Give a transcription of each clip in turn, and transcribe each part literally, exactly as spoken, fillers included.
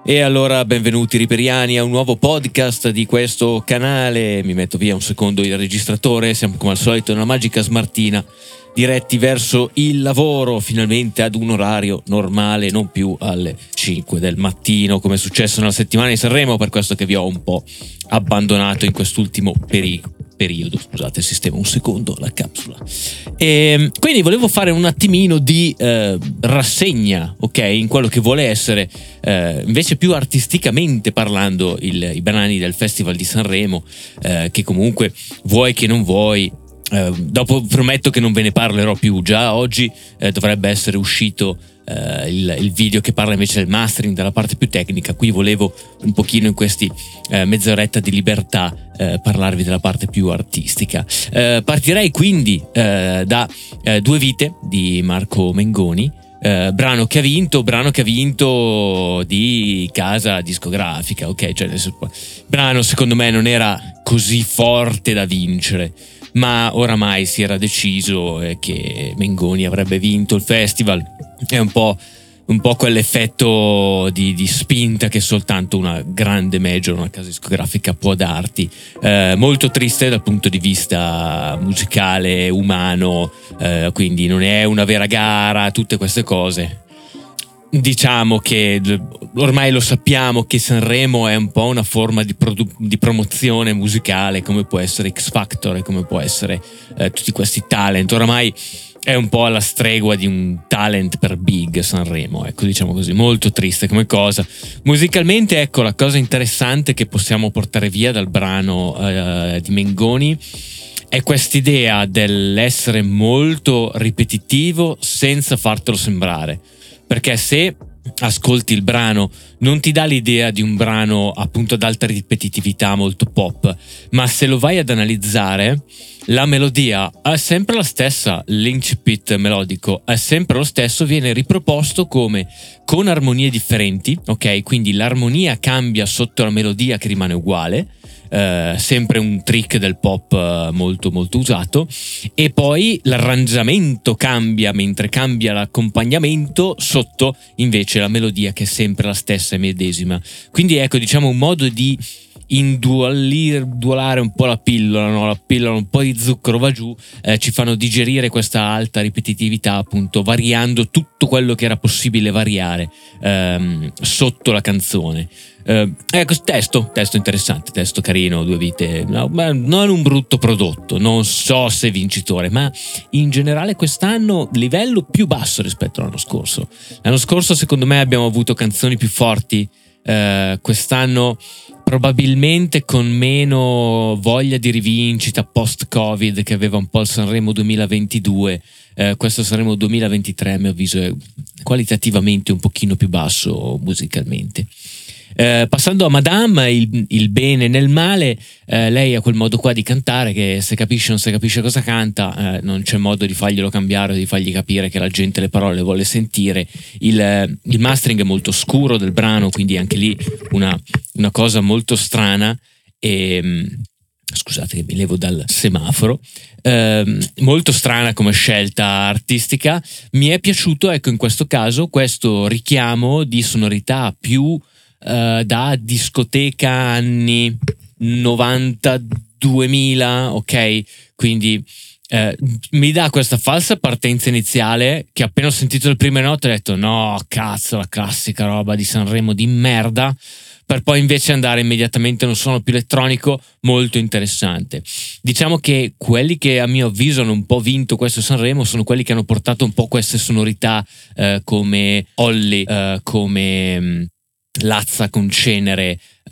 E allora benvenuti riperiani a un nuovo podcast di questo canale. Mi metto via un secondo il registratore, siamo come al solito nella magica smartina, diretti verso il lavoro, finalmente ad un orario normale, non più alle cinque del mattino come è successo nella settimana di Sanremo, per questo che vi ho un po' abbandonato in quest'ultimo periodo. periodo, scusate, sistema un secondo la capsula. E quindi volevo fare un attimino di eh, rassegna, ok, in quello che vuole essere eh, invece più artisticamente parlando il, i brani del Festival di Sanremo, eh, che comunque vuoi che non vuoi, eh, dopo prometto che non ve ne parlerò più. Già oggi eh, dovrebbe essere uscito Uh, il, il video che parla invece del mastering, della parte più tecnica. Qui volevo un pochino in questi uh, mezz'oretta di libertà uh, parlarvi della parte più artistica. Uh, partirei quindi uh, da uh, Due vite di Marco Mengoni, uh, brano che ha vinto, brano che ha vinto di casa discografica, ok? Cioè, il brano secondo me non era così forte da vincere, ma oramai si era deciso eh, che Mengoni avrebbe vinto il festival. È un po', un po' quell'effetto di, di spinta che soltanto una grande major, una casa discografica può darti. Eh, molto triste dal punto di vista musicale, umano, eh, quindi non è una vera gara, tutte queste cose. Diciamo che ormai lo sappiamo che Sanremo è un po' una forma di, produ- di promozione musicale, come può essere X Factor, come può essere eh, tutti questi talent. Oramai è un po' alla stregua di un talent per big Sanremo, ecco, diciamo così. Molto triste come cosa. Musicalmente, ecco, la cosa interessante che possiamo portare via dal brano eh, di Mengoni è quest'idea dell'essere molto ripetitivo senza fartelo sembrare, perché se ascolti il brano non ti dà l'idea di un brano appunto ad alta ripetitività molto pop, ma se lo vai ad analizzare la melodia è sempre la stessa, l'incipit melodico è sempre lo stesso, viene riproposto come con armonie differenti, ok? Quindi l'armonia cambia sotto la melodia che rimane uguale. Uh, sempre un trick del pop uh, molto molto usato, e poi l'arrangiamento cambia mentre cambia l'accompagnamento sotto invece la melodia che è sempre la stessa e medesima. Quindi ecco, diciamo un modo di induolare un po' la pillola, no? La pillola, un po' di zucchero va giù, eh, ci fanno digerire questa alta ripetitività, appunto variando tutto quello che era possibile variare ehm, sotto la canzone. Eh, ecco, testo, testo interessante, testo carino, Due vite, no, ma non un brutto prodotto, non so se vincitore, ma in generale quest'anno livello più basso rispetto all'anno scorso. L'anno scorso secondo me abbiamo avuto canzoni più forti, eh, quest'anno probabilmente con meno voglia di rivincita post-Covid che aveva un po' il Sanremo duemilaventidue. Eh, questo Sanremo duemilaventitré a mio avviso è qualitativamente un pochino più basso musicalmente. Eh, passando a Madame, il, il bene nel male, eh, lei ha quel modo qua di cantare che se capisce o non si capisce cosa canta, eh, non c'è modo di farglielo cambiare o di fargli capire che la gente le parole le vuole sentire. Il, il mastering è molto scuro del brano, quindi anche lì una, una cosa molto strana. E scusate che mi levo dal semaforo. Eh, molto strana come scelta artistica. Mi è piaciuto, ecco, in questo caso questo richiamo di sonorità più Uh, da discoteca anni novanta duemila, ok? Quindi uh, mi dà questa falsa partenza iniziale che appena ho sentito le prime note ho detto no, cazzo, la classica roba di Sanremo di merda, per poi invece andare immediatamente in un suono più elettronico molto interessante. Diciamo che quelli che a mio avviso hanno un po' vinto questo Sanremo sono quelli che hanno portato un po' queste sonorità uh, come Olly, uh, come um, Lazza con Cenere, uh,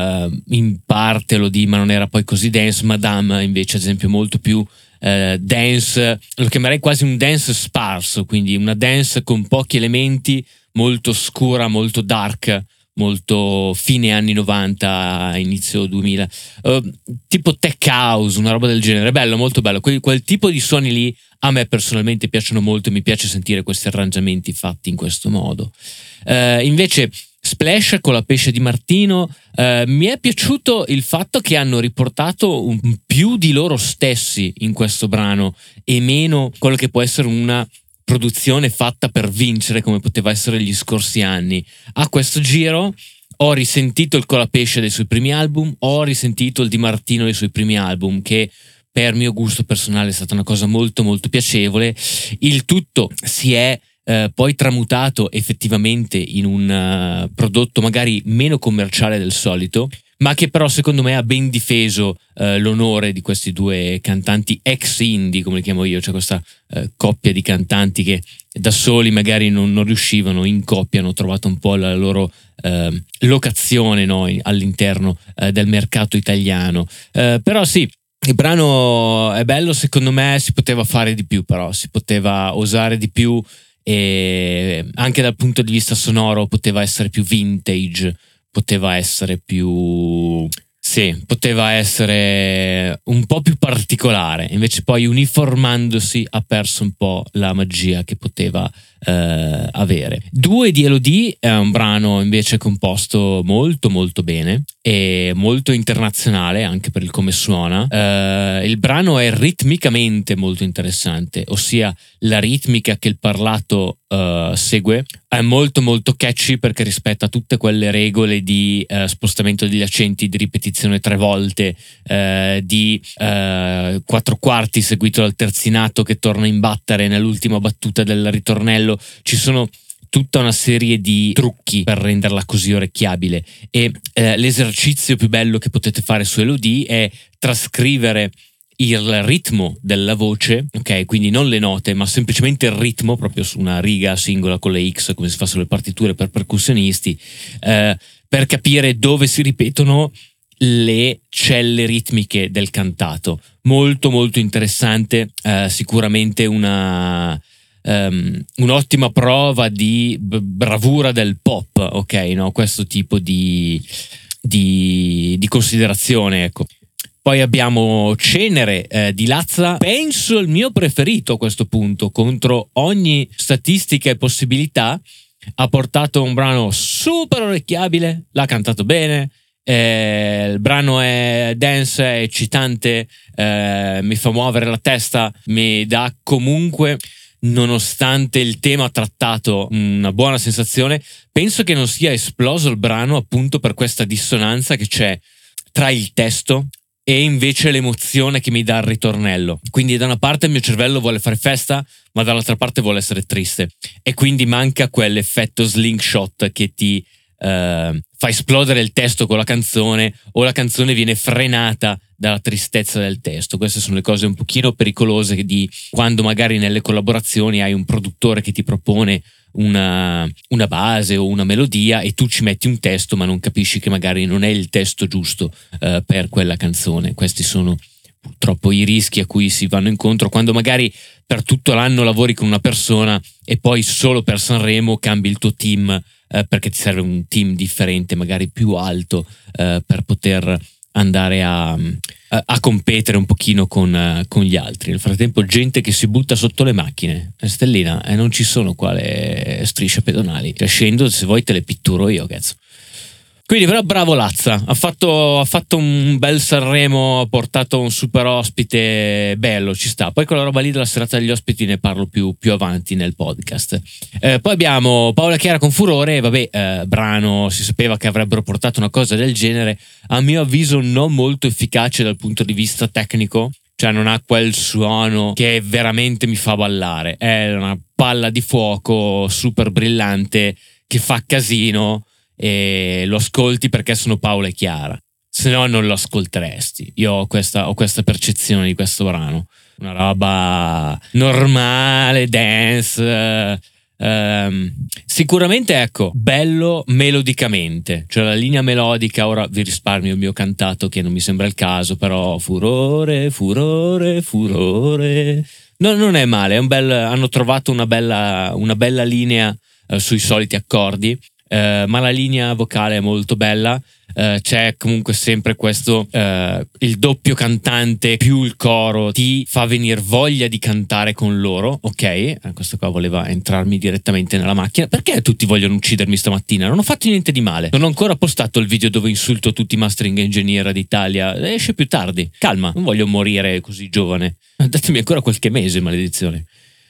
in parte lo di ma non era poi così dance. Madame invece ad esempio molto più uh, dance, lo chiamerei quasi un dance sparso, quindi una dance con pochi elementi, molto scura, molto dark, molto fine anni novanta, inizio duemila, uh, tipo tech house, una roba del genere. Bello, molto bello, quel, quel tipo di suoni lì a me personalmente piacciono molto, mi piace sentire questi arrangiamenti fatti in questo modo. Uh, invece Splash con la pesce di Martino, eh, mi è piaciuto il fatto che hanno riportato un più di loro stessi in questo brano e meno quello che può essere una produzione fatta per vincere come poteva essere gli scorsi anni. A questo giro ho risentito il Colapesce dei suoi primi album, ho risentito il Di Martino dei suoi primi album, che per mio gusto personale è stata una cosa molto molto piacevole. Il tutto si è eh, poi tramutato effettivamente in un uh, prodotto magari meno commerciale del solito, ma che però secondo me ha ben difeso eh, l'onore di questi due cantanti ex indie, come li chiamo io, cioè questa eh, coppia di cantanti che da soli magari non, non riuscivano, in coppia hanno trovato un po' la loro eh, locazione, no, all'interno eh, del mercato italiano. Eh, però sì, il brano è bello, secondo me si poteva fare di più, però si poteva osare di più, e anche dal punto di vista sonoro poteva essere più vintage, poteva essere più... sì, poteva essere un po' più particolare, invece poi uniformandosi ha perso un po' la magia che poteva eh, avere. Due di Elodie è un brano invece composto molto molto bene e molto internazionale anche per il come suona. Eh, il brano è ritmicamente molto interessante, ossia la ritmica che il parlato eh, segue è molto molto catchy perché rispetta tutte quelle regole di eh, spostamento degli accenti, di ripetizione tre volte, eh, di eh, quattro quarti seguito dal terzinato che torna in battere nell'ultima battuta del ritornello. Ci sono tutta una serie di trucchi per renderla così orecchiabile, e eh, l'esercizio più bello che potete fare su Elodie è trascrivere il ritmo della voce, ok? Quindi non le note, ma semplicemente il ritmo proprio su una riga singola con le X, come si fa sulle partiture per percussionisti, eh, per capire dove si ripetono le celle ritmiche del cantato. Molto molto interessante, eh, sicuramente una um, un'ottima prova di b- bravura del pop, ok? No? Questo tipo di, di, di considerazione, ecco. Poi abbiamo Cenere eh, di Lazza, penso il mio preferito a questo punto, contro ogni statistica e possibilità. Ha portato un brano super orecchiabile, l'ha cantato bene, eh, il brano è dance, è eccitante, eh, mi fa muovere la testa, mi dà comunque, nonostante il tema trattato, una buona sensazione. Penso che non sia esploso il brano appunto per questa dissonanza che c'è tra il testo e invece l'emozione che mi dà il ritornello. Quindi da una parte il mio cervello vuole fare festa, ma dall'altra parte vuole essere triste, e quindi manca quell'effetto slingshot che ti eh, fa esplodere il testo con la canzone, o la canzone viene frenata dalla tristezza del testo. Queste sono le cose un pochino pericolose di quando magari nelle collaborazioni hai un produttore che ti propone una, una base o una melodia e tu ci metti un testo ma non capisci che magari non è il testo giusto eh, per quella canzone. Questi sono purtroppo i rischi a cui si vanno incontro quando magari per tutto l'anno lavori con una persona e poi solo per Sanremo cambi il tuo team eh, perché ti serve un team differente, magari più alto, eh, per poter andare a, a, a competere un pochino con, con gli altri. Nel frattempo gente che si butta sotto le macchine. Stellina, e eh, non ci sono qua le strisce pedonali, cioè, scendo, se vuoi te le pitturo io, cazzo. Quindi però bravo Lazza, ha fatto, ha fatto un bel Sanremo, ha portato un super ospite bello, ci sta. Poi quella roba lì della serata degli ospiti ne parlo più, più avanti nel podcast. Eh, poi abbiamo Paola Chiara con Furore, vabbè, eh, brano, si sapeva che avrebbero portato una cosa del genere, a mio avviso non molto efficace dal punto di vista tecnico, cioè non ha quel suono che veramente mi fa ballare, è una palla di fuoco super brillante che fa casino, e lo ascolti perché sono Paola e Chiara, se no non lo ascolteresti. Io ho questa, ho questa percezione di questo brano, una roba normale, dance, ehm, sicuramente, ecco, bello melodicamente, cioè la linea melodica, ora vi risparmio il mio cantato che non mi sembra il caso, però furore, furore, furore, no, non è male, è un bel, hanno trovato una bella, una bella linea eh, sui soliti accordi. Uh, ma la linea vocale è molto bella, uh, c'è comunque sempre questo uh, il doppio cantante più il coro ti fa venire voglia di cantare con loro, ok? Uh, questo qua voleva entrarmi direttamente nella macchina. Perché tutti vogliono uccidermi stamattina? Non ho fatto niente di male, non ho ancora postato il video dove insulto tutti i mastering engineer d'Italia, esce più tardi, calma, non voglio morire così giovane, datemi ancora qualche mese, maledizione.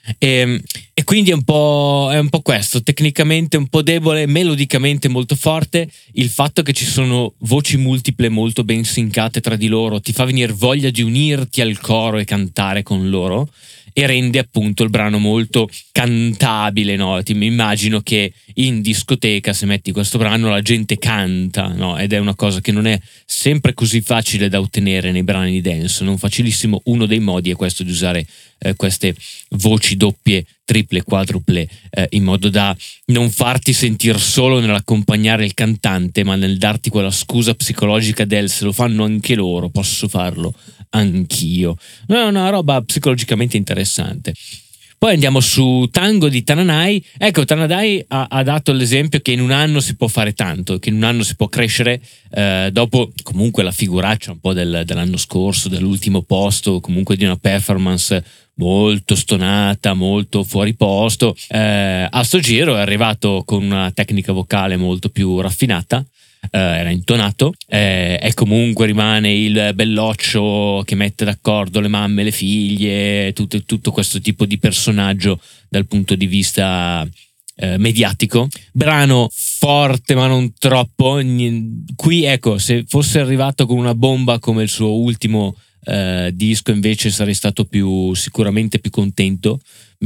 E, e quindi è un po', è un po' questo, tecnicamente un po' debole, melodicamente molto forte. Il fatto che ci sono voci multiple molto ben sincate tra di loro ti fa venire voglia di unirti al coro e cantare con loro, e rende appunto il brano molto cantabile, no? Ti immagino che in discoteca, se metti questo brano, la gente canta, no? Ed è una cosa che non è sempre così facile da ottenere nei brani di dance, non facilissimo. Uno dei modi è questo di usare eh, queste voci doppie, triple, quadruple, eh, in modo da non farti sentire solo nell'accompagnare il cantante, ma nel darti quella scusa psicologica del se lo fanno anche loro, posso farlo anch'io. No, è una roba psicologicamente interessante. Poi andiamo su Tango di Tananai. Ecco, Tananai ha, ha dato l'esempio che in un anno si può fare tanto, che in un anno si può crescere, eh, dopo comunque la figuraccia un po' del, dell'anno scorso, dell'ultimo posto, comunque di una performance molto stonata, molto fuori posto. Eh, a sto giro è arrivato con una tecnica vocale molto più raffinata. Uh, era intonato, eh, e comunque rimane il belloccio che mette d'accordo le mamme e le figlie, tutto, tutto questo tipo di personaggio dal punto di vista eh, mediatico. Brano forte ma non troppo. Qui ecco, se fosse arrivato con una bomba come il suo ultimo eh, disco invece sarei stato più sicuramente più contento,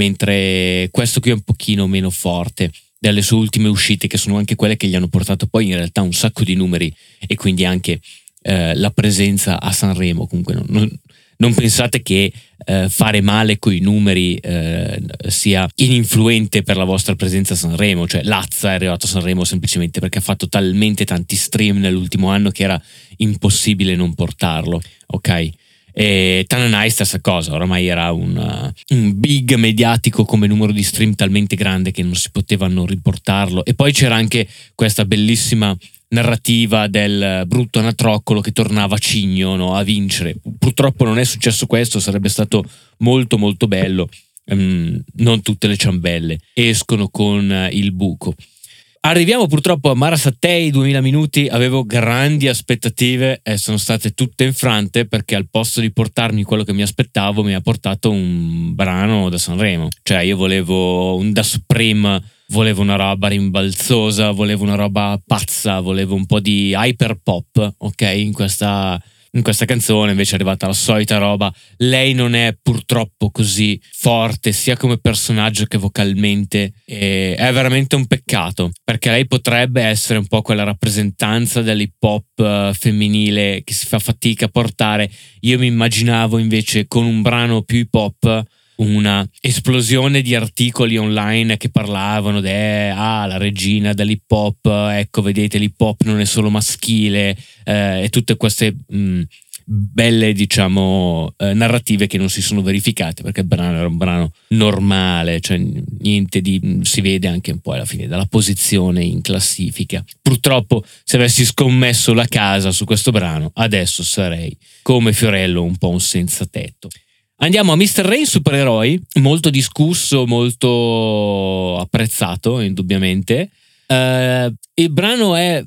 mentre questo qui è un pochino meno forte delle sue ultime uscite, che sono anche quelle che gli hanno portato poi in realtà un sacco di numeri e quindi anche eh, la presenza a Sanremo. Comunque non, non, non pensate che eh, fare male coi numeri eh, sia ininfluente per la vostra presenza a Sanremo. Cioè Lazza è arrivato a Sanremo semplicemente perché ha fatto talmente tanti stream nell'ultimo anno che era impossibile non portarlo, ok? E Tananai stessa cosa, oramai era un, uh, un big mediatico come numero di stream talmente grande che non si poteva non riportarlo. E poi c'era anche questa bellissima narrativa del brutto anatroccolo che tornava cigno, no, a vincere. Purtroppo non è successo questo, sarebbe stato molto molto bello. Um, non tutte le ciambelle escono con il buco. Arriviamo purtroppo a Mara Sattei, duemila minuti. Avevo grandi aspettative e sono state tutte infrante, perché al posto di portarmi quello che mi aspettavo mi ha portato un brano da Sanremo. Cioè io volevo un Da Supreme, volevo una roba rimbalzosa, volevo una roba pazza, volevo un po' di hyper pop, ok, in questa in questa canzone. Invece è arrivata la solita roba. Lei non è purtroppo così forte sia come personaggio che vocalmente, e è veramente un peccato, perché lei potrebbe essere un po' quella rappresentanza dell'hip hop uh, femminile che si fa fatica a portare. Io mi immaginavo invece con un brano più hip hop una esplosione di articoli online che parlavano de ah, la regina dell'hip hop, ecco vedete l'hip hop non è solo maschile, eh, e tutte queste mh, belle diciamo eh, narrative che non si sono verificate, perché il brano era un brano normale, cioè niente di, si vede anche un po' alla fine dalla posizione in classifica. Purtroppo se avessi scommesso la casa su questo brano adesso sarei come Fiorello, un po' un senza tetto. Andiamo a mister Rain, Supereroi, molto discusso, molto apprezzato indubbiamente. Uh, il brano è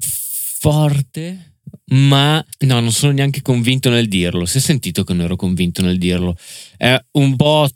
forte, ma no, non sono neanche convinto nel dirlo. Si è sentito che non ero convinto nel dirlo. È un po'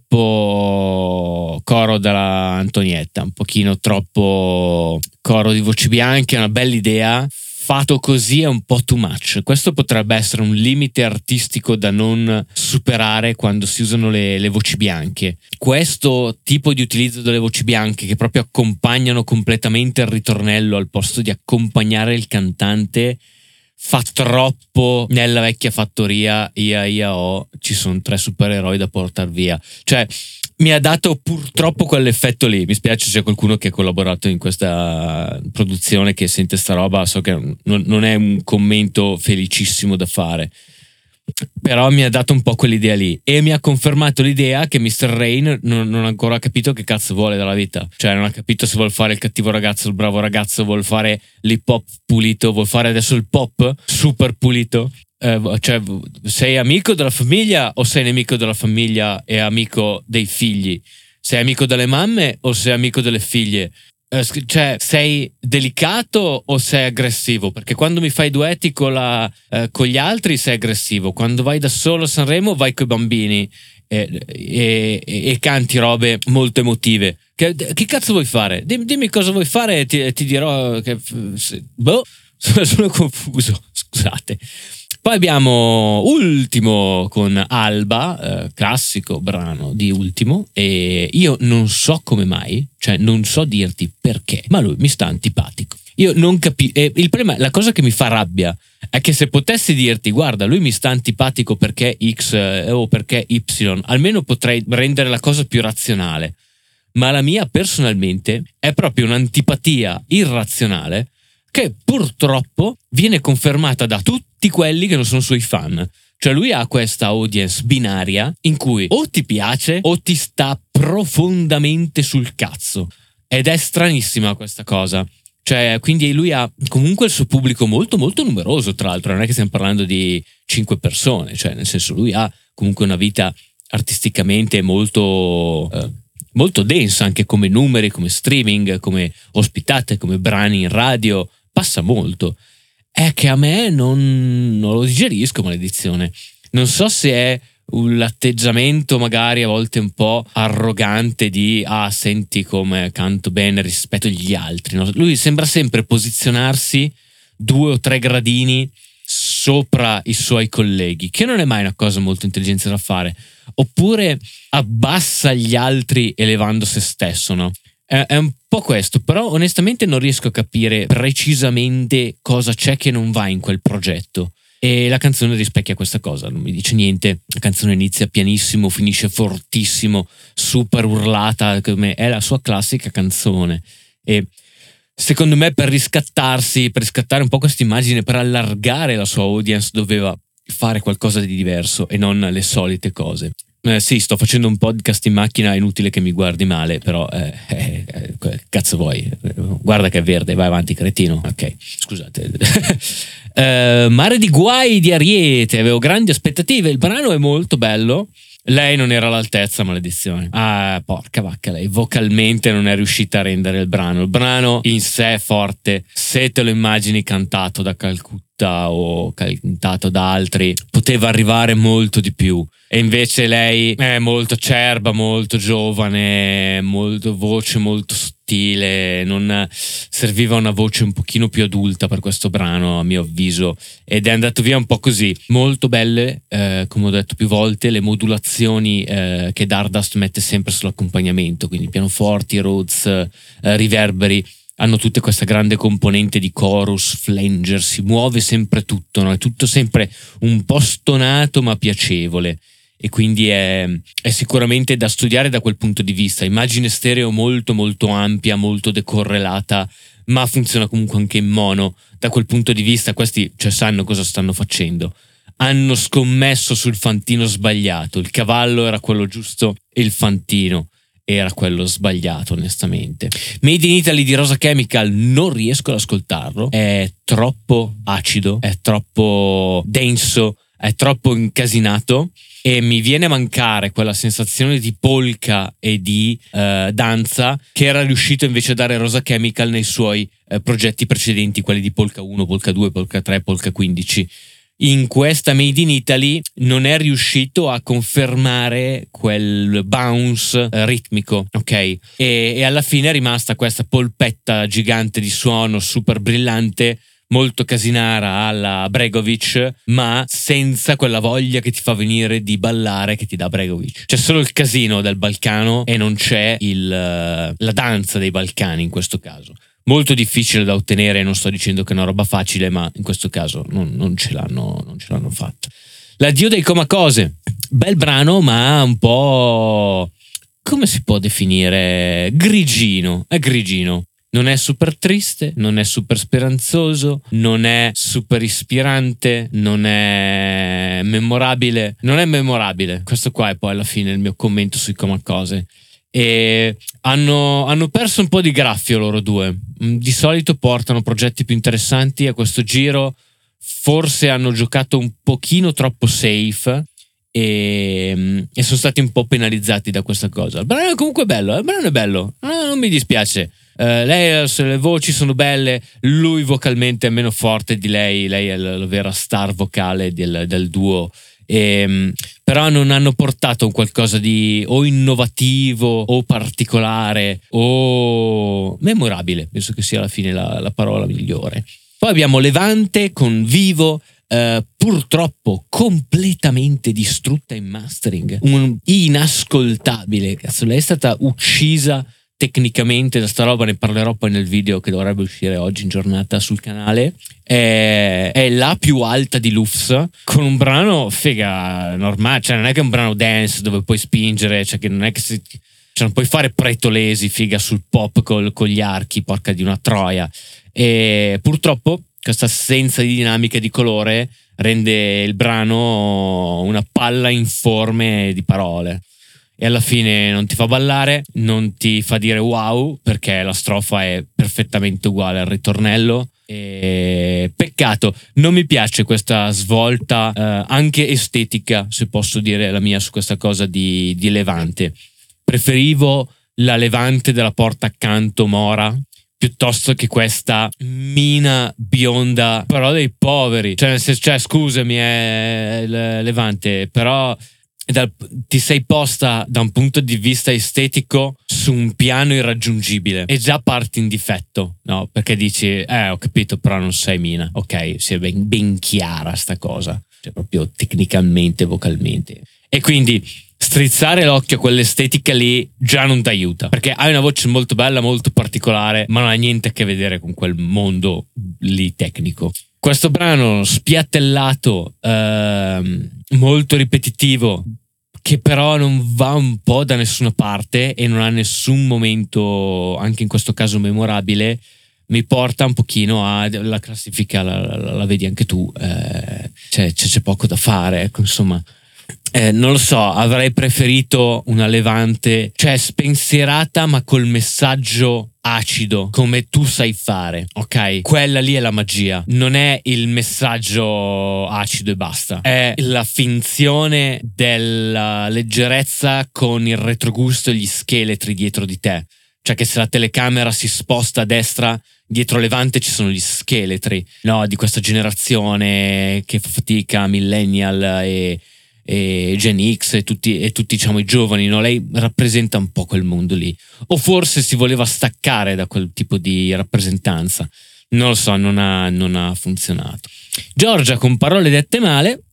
troppo coro della Antonietta, un pochino troppo coro di voci bianche, è una bella idea. Fatto così è un po' too much. Questo potrebbe essere un limite artistico da non superare quando si usano le, le voci bianche. Questo tipo di utilizzo delle voci bianche, che proprio accompagnano completamente il ritornello al posto di accompagnare il cantante, fa troppo nella vecchia fattoria ia ia oh, ci sono tre supereroi da portar via. Cioè mi ha dato purtroppo quell'effetto lì. Mi spiace se c'è qualcuno che ha collaborato in questa produzione che sente sta roba, so che non, non è un commento felicissimo da fare, però mi ha dato un po' quell'idea lì e mi ha confermato l'idea che mister Rain non, non ha ancora capito che cazzo vuole dalla vita. Cioè non ha capito se vuol fare il cattivo ragazzo, il bravo ragazzo, vuol fare l'hip hop pulito, vuol fare adesso il pop super pulito. Eh, cioè sei amico della famiglia o sei nemico della famiglia e amico dei figli? Sei amico delle mamme o sei amico delle figlie? eh, cioè sei delicato o sei aggressivo? Perché quando mi fai duetti con, la, eh, con gli altri sei aggressivo, quando vai da solo a Sanremo vai coi bambini e, e, e canti robe molto emotive. Che, che cazzo vuoi fare? Dimmi, dimmi cosa vuoi fare e ti, ti dirò che boh, sono confuso, scusate. Poi abbiamo Ultimo con Alba, eh, classico brano di Ultimo, e io non so come mai, cioè non so dirti perché, ma lui mi sta antipatico. Io non capisco, il problema, la cosa che mi fa rabbia è che se potessi dirti guarda lui mi sta antipatico perché X eh, o perché Y, almeno potrei rendere la cosa più razionale, ma la mia personalmente è proprio un'antipatia irrazionale che purtroppo viene confermata da tutti quelli che non sono suoi fan. Cioè lui ha questa audience binaria in cui o ti piace o ti sta profondamente sul cazzo. Ed è stranissima questa cosa. Cioè, quindi lui ha comunque il suo pubblico molto molto numeroso, tra l'altro non è che stiamo parlando di cinque persone, cioè nel senso lui ha comunque una vita artisticamente molto... Eh, molto densa anche come numeri, come streaming, come ospitate, come brani in radio, passa molto. È che a me non, non lo digerisco, maledizione. Non so se è un atteggiamento magari a volte un po' arrogante di ah senti come canto bene rispetto agli altri, no? Lui sembra sempre posizionarsi due o tre gradini sopra i suoi colleghi, che non è mai una cosa molto intelligente da fare. Oppure abbassa gli altri elevando se stesso, no? È, è un po' questo, però onestamente non riesco a capire precisamente cosa c'è che non va in quel progetto. E la canzone rispecchia questa cosa, non mi dice niente. La canzone inizia pianissimo, finisce fortissimo, super urlata, come è la sua classica canzone. E secondo me per riscattarsi, per riscattare un po' questa immagine, per allargare la sua audience, doveva fare qualcosa di diverso e non le solite cose. Eh, sì, sto facendo un podcast in macchina, è inutile che mi guardi male, però eh, eh, eh, cazzo vuoi? Guarda che è verde, vai avanti cretino. Ok, scusate. eh, Mare di guai di Ariete, avevo grandi aspettative, il brano è molto bello. Lei non era all'altezza, maledizione. Ah, porca vacca, lei vocalmente non è riuscita a rendere il brano. Il brano in sé è forte. Se te lo immagini cantato da Calcutta o cantato da altri, poteva arrivare molto di più. E invece lei è molto acerba, molto giovane, molto voce molto sottile. Non serviva una voce un pochino più adulta per questo brano, a mio avviso, ed è andato via un po' così. Molto belle, eh, come ho detto più volte, le modulazioni eh, che Dardust mette sempre sull'accompagnamento, quindi pianoforti, Rhodes, eh, riverberi, hanno tutte questa grande componente di chorus, flanger, si muove sempre tutto, no? È tutto sempre un po' stonato ma piacevole. E quindi è, è sicuramente da studiare da quel punto di vista. Immagine stereo molto molto ampia, molto decorrelata, ma funziona comunque anche in mono. Da quel punto di vista questi cioè sanno cosa stanno facendo. Hanno scommesso sul fantino sbagliato. Il cavallo era quello giusto e il fantino era quello sbagliato, onestamente. Made in Italy di Rosa Chemical non riesco ad ascoltarlo, è troppo acido, è troppo denso, è troppo incasinato e mi viene a mancare quella sensazione di polka e di uh, danza che era riuscito invece a dare Rosa Chemical nei suoi uh, progetti precedenti, quelli di Polka uno, Polka due, Polka tre, Polka quindici. In questa Made in Italy non è riuscito a confermare quel bounce uh, ritmico, ok? E, e alla fine è rimasta questa polpetta gigante di suono super brillante, molto casinara alla Bregovic, ma senza quella voglia che ti fa venire di ballare che ti dà Bregovic. C'è solo il casino del Balcano e non c'è il, la danza dei Balcani in questo caso. Molto difficile da ottenere, non sto dicendo che è una roba facile, ma in questo caso non, non ce l'hanno, non ce l'hanno fatta. L'addio dei Comacose, bel brano ma un po', come si può definire? Grigino, è grigino. Non è super triste, non è super speranzoso, non è super ispirante, non è memorabile, non è memorabile. Questo qua è poi alla fine il mio commento sui Comacose. E hanno, hanno perso un po' di graffio loro due. Di solito portano progetti più interessanti, a questo giro forse hanno giocato un pochino troppo safe e, e sono stati un po' penalizzati da questa cosa. Il brano è comunque bello, il brano è bello, non mi dispiace. Uh, lei, le voci sono belle, lui vocalmente è meno forte di lei, lei è la, la vera star vocale del, del duo, e, però non hanno portato un qualcosa di o innovativo o particolare o memorabile, penso che sia alla fine la, la parola migliore. Poi abbiamo Levante con Vivo, Uh, purtroppo completamente distrutta in mastering, un inascoltabile, cazzo, lei è stata uccisa tecnicamente da sta roba, ne parlerò poi nel video che dovrebbe uscire oggi in giornata sul canale. È, è la più alta di Lufs, con un brano figa normale, cioè non è che è un brano dance dove puoi spingere, cioè che non è che si, cioè non puoi fare pretolesi figa sul pop col, con gli archi, porca di una troia. E purtroppo questa assenza di dinamica e di colore rende il brano una palla informe di parole e alla fine non ti fa ballare, non ti fa dire wow, perché la strofa è perfettamente uguale al ritornello. E peccato, non mi piace questa svolta eh, anche estetica, se posso dire la mia su questa cosa di, di Levante. Preferivo la Levante della porta accanto Mora piuttosto che questa mina bionda, però dei poveri. Cioè, nel senso, cioè scusami, è Levante, però dal, ti sei posta da un punto di vista estetico su un piano irraggiungibile e già parti in difetto, no? Perché dici, eh, ho capito, però non sei mina. Ok, si è ben, ben chiara sta cosa, cioè proprio tecnicamente, vocalmente. E quindi strizzare l'occhio a quell'estetica lì già non ti aiuta, perché hai una voce molto bella, molto particolare, ma non ha niente a che vedere con quel mondo lì tecnico. Questo brano spiattellato, ehm, molto ripetitivo, che però non va un po' da nessuna parte e non ha nessun momento, anche in questo caso memorabile, mi porta un pochino a la classifica, la, la, la vedi anche tu, eh, c'è, c'è poco da fare, ecco, insomma. Eh, non lo so, avrei preferito una Levante, cioè spensierata ma col messaggio acido, come tu sai fare, ok? Quella lì è la magia, non è il messaggio acido e basta, è la finzione della leggerezza con il retrogusto e gli scheletri dietro di te, cioè che se la telecamera si sposta a destra, dietro Levante ci sono gli scheletri, no? Di questa generazione che fa fatica, millennial e e Gen X e tutti, e tutti diciamo i giovani, no? Lei rappresenta un po' quel mondo lì, o forse si voleva staccare da quel tipo di rappresentanza, non lo so, non ha, non ha funzionato. Giorgia con parole dette male,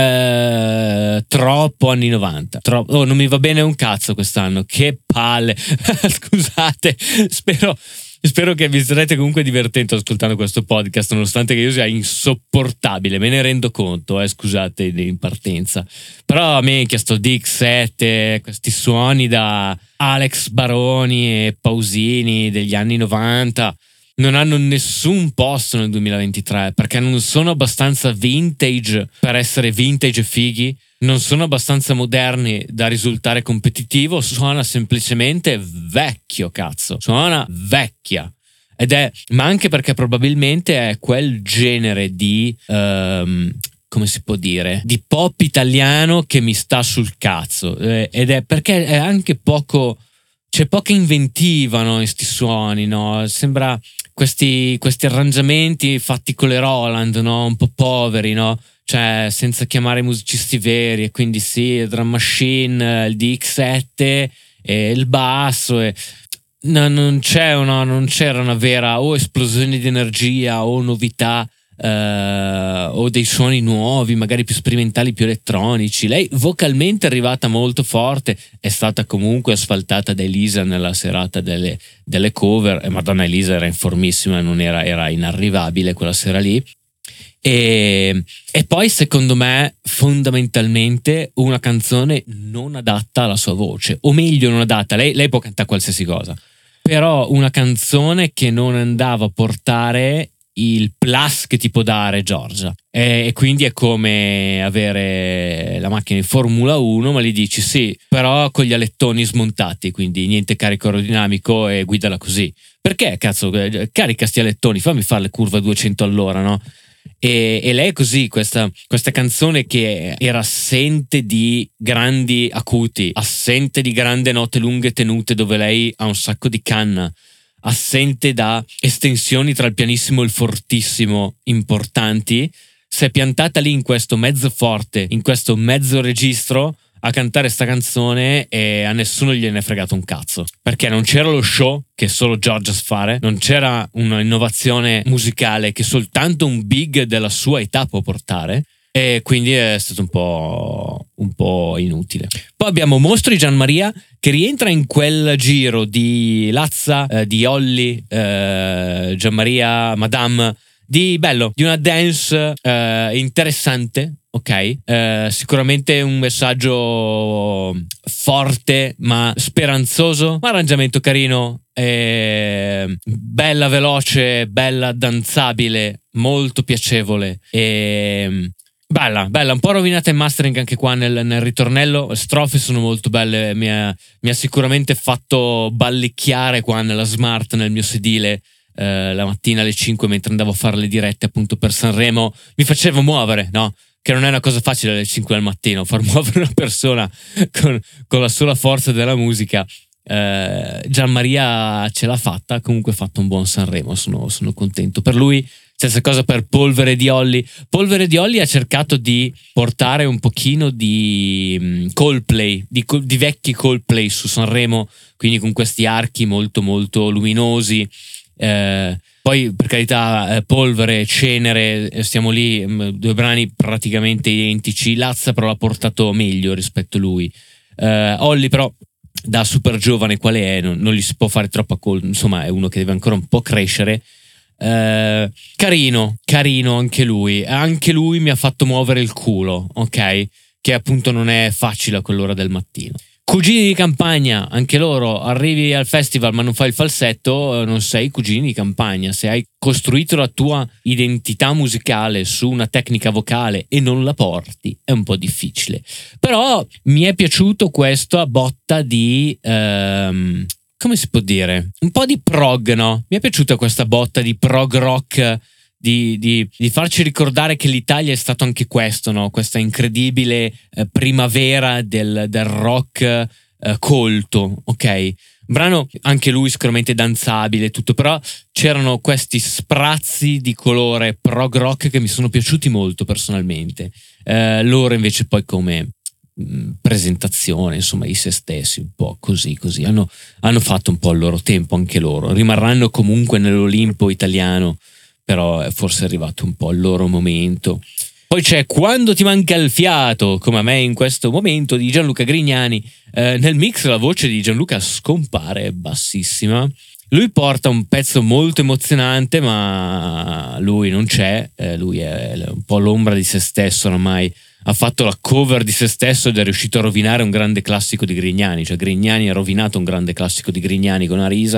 eh, troppo anni novanta, troppo, oh, non mi va bene un cazzo quest'anno, che palle. Scusate, spero Spero che vi sarete comunque divertendo ascoltando questo podcast, nonostante che io sia insopportabile, me ne rendo conto, eh, scusate in partenza. Però a me che sto D X sette, questi suoni da Alex Baroni e Pausini degli anni novanta non hanno nessun posto nel duemilaventitré, perché non sono abbastanza vintage per essere vintage e fighi, non sono abbastanza moderni da risultare competitivo, suona semplicemente vecchio, cazzo, suona vecchia. Ed è, ma anche perché probabilmente è quel genere di, um, come si può dire, di pop italiano che mi sta sul cazzo, eh, ed è perché è anche poco, c'è poca inventiva, no, in sti suoni, no? Sembra questi, questi arrangiamenti fatti con le Roland, no? Un po' poveri, no? Cioè senza chiamare musicisti veri, e quindi sì, drum machine, il D X sette e il basso e no, non c'è una, non c'era una vera o esplosione di energia o novità, eh, o dei suoni nuovi, magari più sperimentali, più elettronici. Lei vocalmente è arrivata molto forte, è stata comunque asfaltata da Elisa nella serata delle, delle cover, e Madonna Elisa era in formissima, non era, era inarrivabile quella sera lì. E, e poi secondo me fondamentalmente una canzone non adatta alla sua voce, o meglio non adatta, lei, lei può cantare qualsiasi cosa, però una canzone che non andava a portare il plus che ti può dare Giorgia, e, e quindi è come avere la macchina di Formula uno ma gli dici sì, però con gli alettoni smontati, quindi niente carico aerodinamico e guidala così. Perché cazzo carica sti alettoni, fammi fare le curve a duecento all'ora, no? E, e lei è così, questa, questa canzone che era assente di grandi acuti, assente di grandi note lunghe tenute dove lei ha un sacco di canna, assente da estensioni tra il pianissimo e il fortissimo importanti, si è piantata lì in questo mezzo forte, in questo mezzo registro, a cantare sta canzone, e a nessuno gliene è fregato un cazzo, perché non c'era lo show che solo Giorgia sa fare, non c'era un'innovazione musicale che soltanto un big della sua età può portare, e quindi è stato un po', un po' inutile. Poi abbiamo Mostro di Gianmaria, che rientra in quel giro di Lazza, eh, di Olli, eh, Gianmaria, Madame, di bello, di una dance eh, interessante, ok? Eh, sicuramente un messaggio forte ma speranzoso, ma arrangiamento carino, eh, bella veloce, bella danzabile, molto piacevole e bella, bella, un po' rovinata in mastering anche qua nel, nel ritornello. Le strofe sono molto belle, mi ha, mi ha sicuramente fatto ballicchiare qua nella Smart, nel mio sedile, eh, la mattina alle cinque mentre andavo a fare le dirette appunto per Sanremo. Mi facevo muovere, no? Che non è una cosa facile alle cinque del mattino, far muovere una persona con, con la sola forza della musica. eh, Gianmaria ce l'ha fatta, comunque ha fatto un buon Sanremo, sono, sono contento per lui. Stessa cosa per Polvere di Olli. Polvere di Olli ha cercato di portare un pochino di um, Coldplay, di, di vecchi Coldplay su Sanremo, quindi con questi archi molto molto luminosi. Eh, poi per carità, eh, Polvere, Cenere, eh, stiamo lì, mh, due brani praticamente identici. Lazza però l'ha portato meglio rispetto a lui. eh, Olli però, da super giovane quale è, non, non gli si può fare troppa colpa, insomma è uno che deve ancora un po' crescere. Eh, carino, carino anche lui. Anche lui mi ha fatto muovere il culo, ok? Che appunto non è facile a quell'ora del mattino. Cugini di Campagna, anche loro, arrivi al festival ma non fai il falsetto, non sei Cugini di Campagna. Se hai costruito la tua identità musicale su una tecnica vocale e non la porti, è un po' difficile. Però mi è piaciuto questa botta di... Ehm, come si può dire? Un po' di prog, no? Mi è piaciuta questa botta di prog rock, di, di, di farci ricordare che l'Italia è stato anche questo, no? Questa incredibile eh, primavera del, del rock eh, colto, ok? Brano anche lui sicuramente danzabile, tutto, però c'erano questi sprazzi di colore prog rock che mi sono piaciuti molto personalmente. Eh, loro invece poi come... presentazione insomma di se stessi, un po' così così hanno, hanno fatto un po' il loro tempo anche loro, rimarranno comunque nell'Olimpo italiano, però è forse arrivato un po' il loro momento. Poi c'è Quando ti manca il fiato, come a me in questo momento, di Gianluca Grignani. Eh, nel mix la voce di Gianluca scompare, è bassissima. Lui porta un pezzo molto emozionante, ma lui non c'è, eh, lui è un po' l'ombra di se stesso ormai. Ha fatto la cover di se stesso ed è riuscito a rovinare un grande classico di Grignani. Cioè Grignani ha rovinato un grande classico di Grignani con Arisa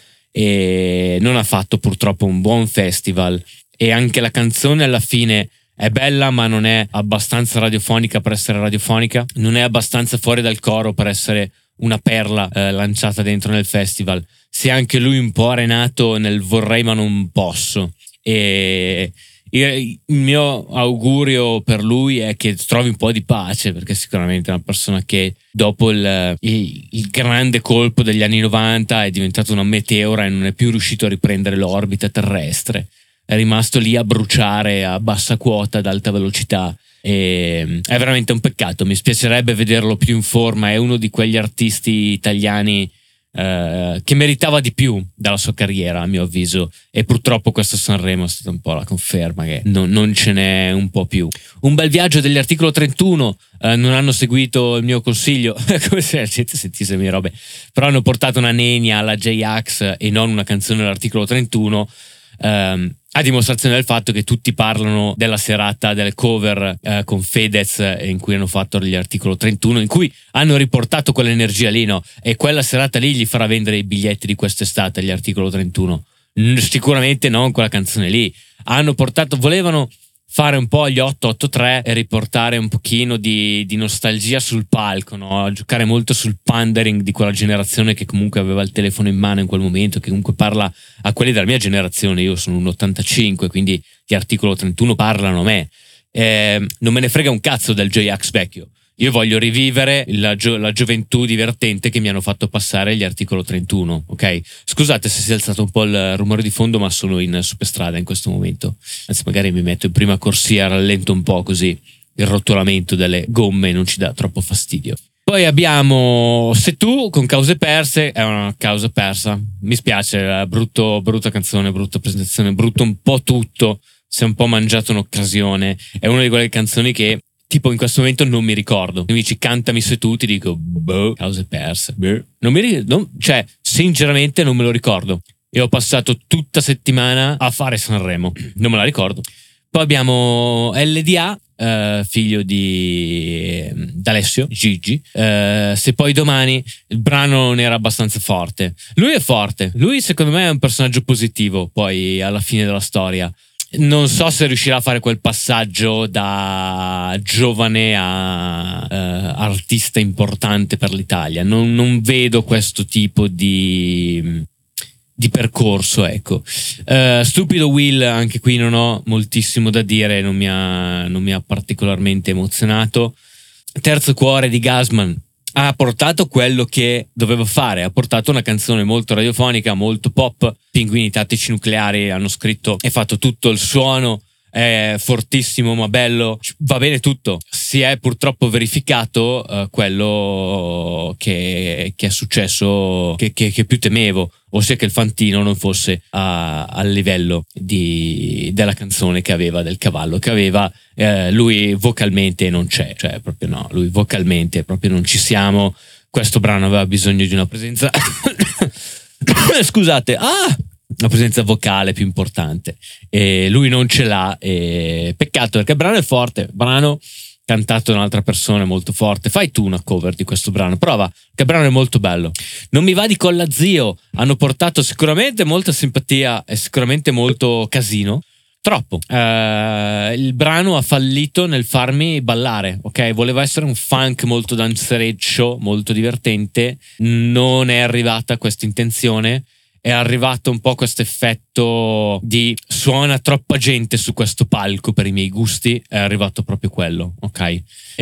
e non ha fatto purtroppo un buon festival. E anche la canzone alla fine è bella ma non è abbastanza radiofonica per essere radiofonica, non è abbastanza fuori dal coro per essere una perla eh, lanciata dentro nel festival. Si è anche lui un po' arenato nel vorrei ma non posso, e il mio augurio per lui è che trovi un po' di pace, perché sicuramente è una persona che dopo il, il, il grande colpo degli anni novanta è diventato una meteora e non è più riuscito a riprendere l'orbita terrestre, è rimasto lì a bruciare a bassa quota ad alta velocità e è veramente un peccato. Mi spiacerebbe vederlo più in forma, è uno di quegli artisti italiani Uh, che meritava di più dalla sua carriera, a mio avviso, e purtroppo questo Sanremo è stata un po' la conferma che non, non ce n'è un po' più. Un bel viaggio degli Articolo trentuno, uh, non hanno seguito il mio consiglio come se la gente sentisse le mie robe, però hanno portato una nenia alla J-Ax e non una canzone dell'Articolo trentuno, um, a dimostrazione del fatto che tutti parlano della serata delle cover eh, con Fedez, eh, in cui hanno fatto gli Articolo trentuno, in cui hanno riportato quell'energia lì, no? E quella serata lì gli farà vendere i biglietti di quest'estate, gli Articolo trentuno. Mm, sicuramente non quella canzone lì. Hanno portato, volevano fare un po' gli otto otto tre e riportare un pochino di, di nostalgia sul palco, no? Giocare molto sul pandering di quella generazione che comunque aveva il telefono in mano in quel momento, che comunque parla a quelli della mia generazione. Io sono un ottantacinque, quindi gli Articolo trentuno parlano a me. Eh, non me ne frega un cazzo del J-Ax vecchio, Io voglio rivivere la, gio- la gioventù divertente che mi hanno fatto passare gli articolo trentuno, ok? Scusate se si è alzato un po' il rumore di fondo, ma sono in superstrada in questo momento. Anzi, magari mi metto in prima corsia, rallento un po' così il rotolamento delle gomme non ci dà troppo fastidio. Poi abbiamo Se tu con Cause perse, è una causa persa. Mi spiace, brutto, brutta canzone, brutta presentazione, brutto un po' tutto. Si è un po' mangiato un'occasione. È una di quelle canzoni che tipo in questo momento non mi ricordo. Mi dici cantami Se tu, ti dico boh, Cause perse. Boh. Non mi ricordo, cioè sinceramente non me lo ricordo. E ho passato tutta settimana a fare Sanremo. Non me la ricordo. Poi abbiamo L D A. Uh, figlio di d'Alessio Gigi. Uh, se poi domani il brano non era abbastanza forte. Lui è forte, lui secondo me è un personaggio positivo. Poi alla fine della storia non so se riuscirà a fare quel passaggio da giovane a uh, artista importante per l'Italia. Non, non vedo questo tipo di di percorso, ecco. Uh, stupido Will, anche qui non ho moltissimo da dire, non mi ha, non mi ha particolarmente emozionato. Terzo cuore di Gasman ha portato quello che doveva fare, ha portato una canzone molto radiofonica, molto pop. Pinguini Tattici Nucleari hanno scritto e fatto tutto il suono, è fortissimo ma bello, va bene tutto. Si è purtroppo verificato uh, quello che, che è successo, che, che, che più temevo, ossia che il Fantino non fosse a, al livello di, della canzone che aveva, del cavallo che aveva. Eh, lui vocalmente non c'è, cioè proprio no, lui vocalmente proprio non ci siamo. Questo brano aveva bisogno di una presenza scusate, ah una presenza vocale più importante e lui non ce l'ha, e peccato perché il brano è forte, brano cantato da un'altra persona molto forte. Fai tu una cover di questo brano, prova, che il brano è molto bello. Non mi va di Colla Zio, hanno portato sicuramente molta simpatia e sicuramente molto casino, troppo. Uh, il brano ha fallito nel farmi ballare, ok? Voleva essere un funk molto danzereccio, molto divertente, non è arrivata questa intenzione. È arrivato un po' questo effetto di suona troppa gente su questo palco per i miei gusti, è arrivato proprio quello, ok?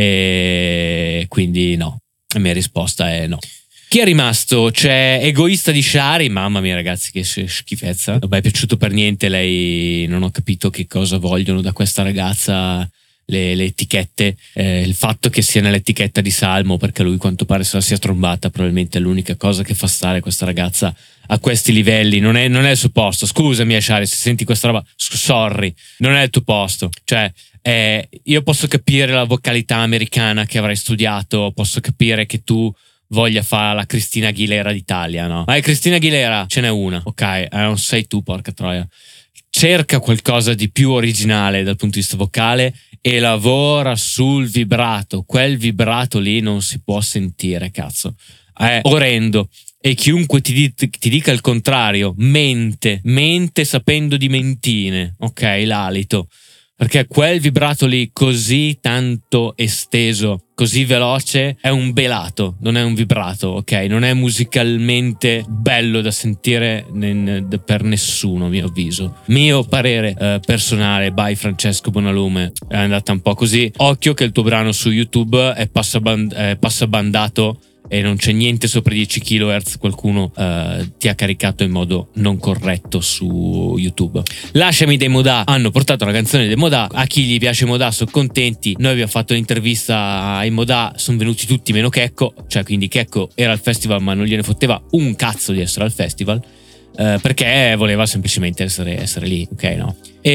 E quindi no, la mia risposta è no. Chi è rimasto? C'è Egoista di Shari, mamma mia ragazzi che schifezza, non mi è piaciuto per niente lei, non ho capito che cosa vogliono da questa ragazza. Le, le etichette, eh, il fatto che sia nell'etichetta di Salmo, perché lui quanto pare se la sia trombata, probabilmente è l'unica cosa che fa stare questa ragazza a questi livelli. Non è, non è il suo posto, scusami Ashari se senti questa roba, sorry, non è il tuo posto. Cioè eh, io posso capire la vocalità americana che avrai studiato, posso capire che tu voglia fare la Cristina Aguilera d'Italia, no? Ma è Cristina Aguilera, ce n'è una, ok, eh, non sei tu, porca troia. Cerca qualcosa di più originale dal punto di vista vocale e lavora sul vibrato. Quel vibrato lì non si può sentire, cazzo. È orrendo. E chiunque ti, di- ti dica il contrario mente, mente sapendo di mentine, ok, l'alito. Perché quel vibrato lì così tanto esteso, così veloce, è un belato, non è un vibrato, ok? Non è musicalmente bello da sentire ne- per nessuno, a mio avviso. Mio parere eh, personale, by Francesco Bonalume, è andata un po' così. Occhio che il tuo brano su YouTube è passaband- è passabandato e non c'è niente sopra i dieci chilohertz, qualcuno uh, ti ha caricato in modo non corretto su YouTube. Lasciami dei Modà hanno portato una canzone dei Modà, a chi gli piace Modà sono contenti. Noi abbiamo fatto l'intervista ai Modà, sono venuti tutti meno Checco, cioè quindi Checco era al festival ma non gliene fotteva un cazzo di essere al festival. Uh, perché voleva semplicemente essere, essere lì, ok, no?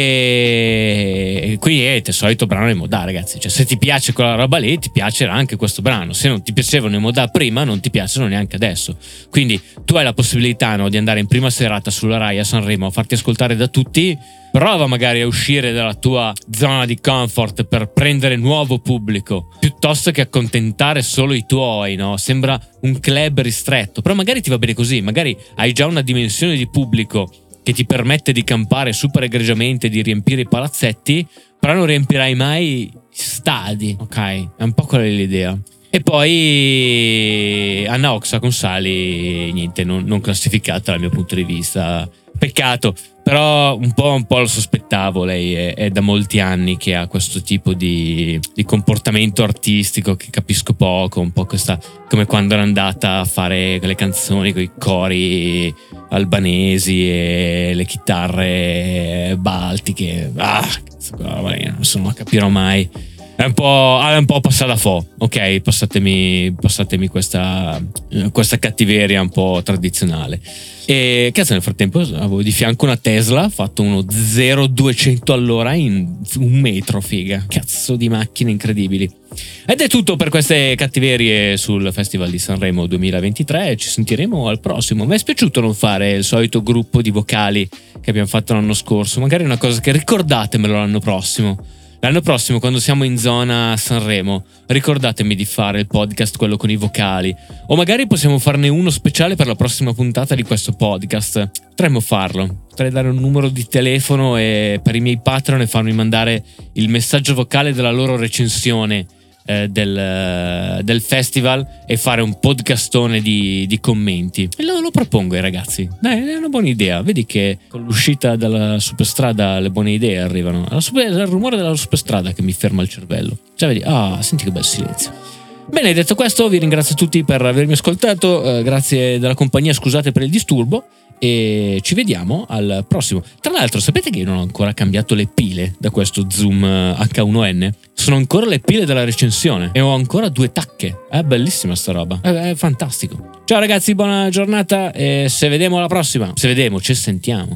E quindi è il solito brano di Modà, ragazzi. Cioè, se ti piace quella roba lì, ti piacerà anche questo brano. Se non ti piacevano i Modà prima, non ti piacciono neanche adesso. Quindi tu hai la possibilità, no, di andare in prima serata sulla Rai a Sanremo a farti ascoltare da tutti. Prova magari a uscire dalla tua zona di comfort per prendere nuovo pubblico, piuttosto che accontentare solo i tuoi, no? Sembra un club ristretto, però magari ti va bene così, magari hai già una dimensione di pubblico che ti permette di campare super egregiamente, di riempire i palazzetti, però non riempirai mai stadi, ok? È un po' quella l'idea. E poi Anna Oxa con Sali, niente, non, non classificata dal mio punto di vista. Peccato, Però un po', un po' lo sospettavo, lei è, è da molti anni che ha questo tipo di, di comportamento artistico che capisco poco, un po' questa, come quando era andata a fare quelle canzoni con i cori albanesi e le chitarre baltiche. Ah, insomma, capirò mai. È un po', è un po' passata fo, ok? Passatemi, passatemi questa, questa cattiveria un po' tradizionale. E cazzo, nel frattempo avevo di fianco una Tesla, fatto uno zero duecento all'ora in un metro, figa. Cazzo di macchine incredibili. Ed è tutto per queste cattiverie sul Festival di Sanremo duemilaventitré. Ci sentiremo al prossimo. Mi è spiaciuto non fare il solito gruppo di vocali che abbiamo fatto l'anno scorso. Magari è una cosa che ricordatemelo l'anno prossimo. L'anno prossimo, quando siamo in zona Sanremo, ricordatemi di fare il podcast, quello con i vocali. O magari possiamo farne uno speciale per la prossima puntata di questo podcast. Potremmo farlo. Potrei dare un numero di telefono e per i miei Patreon e farmi mandare il messaggio vocale della loro recensione eh, del, del festival e fare un podcastone di, di commenti. E lo, lo propongo ai ragazzi. Dai, è una buona idea. Vedi che con l'uscita dalla superstrada le buone idee arrivano. È il rumore della superstrada che mi ferma il cervello. Cioè, vedi, ah, senti che bel silenzio. Bene, detto questo, vi ringrazio tutti per avermi ascoltato. Eh, grazie della compagnia, scusate per il disturbo. E ci vediamo al prossimo. Tra l'altro, sapete che io non ho ancora cambiato le pile da questo Zoom acca uno enne? Sono ancora le pile della recensione e ho ancora due tacche. È bellissima sta roba, è, è fantastico. Ciao ragazzi, buona giornata e se vediamo alla prossima. Se vediamo, ci sentiamo.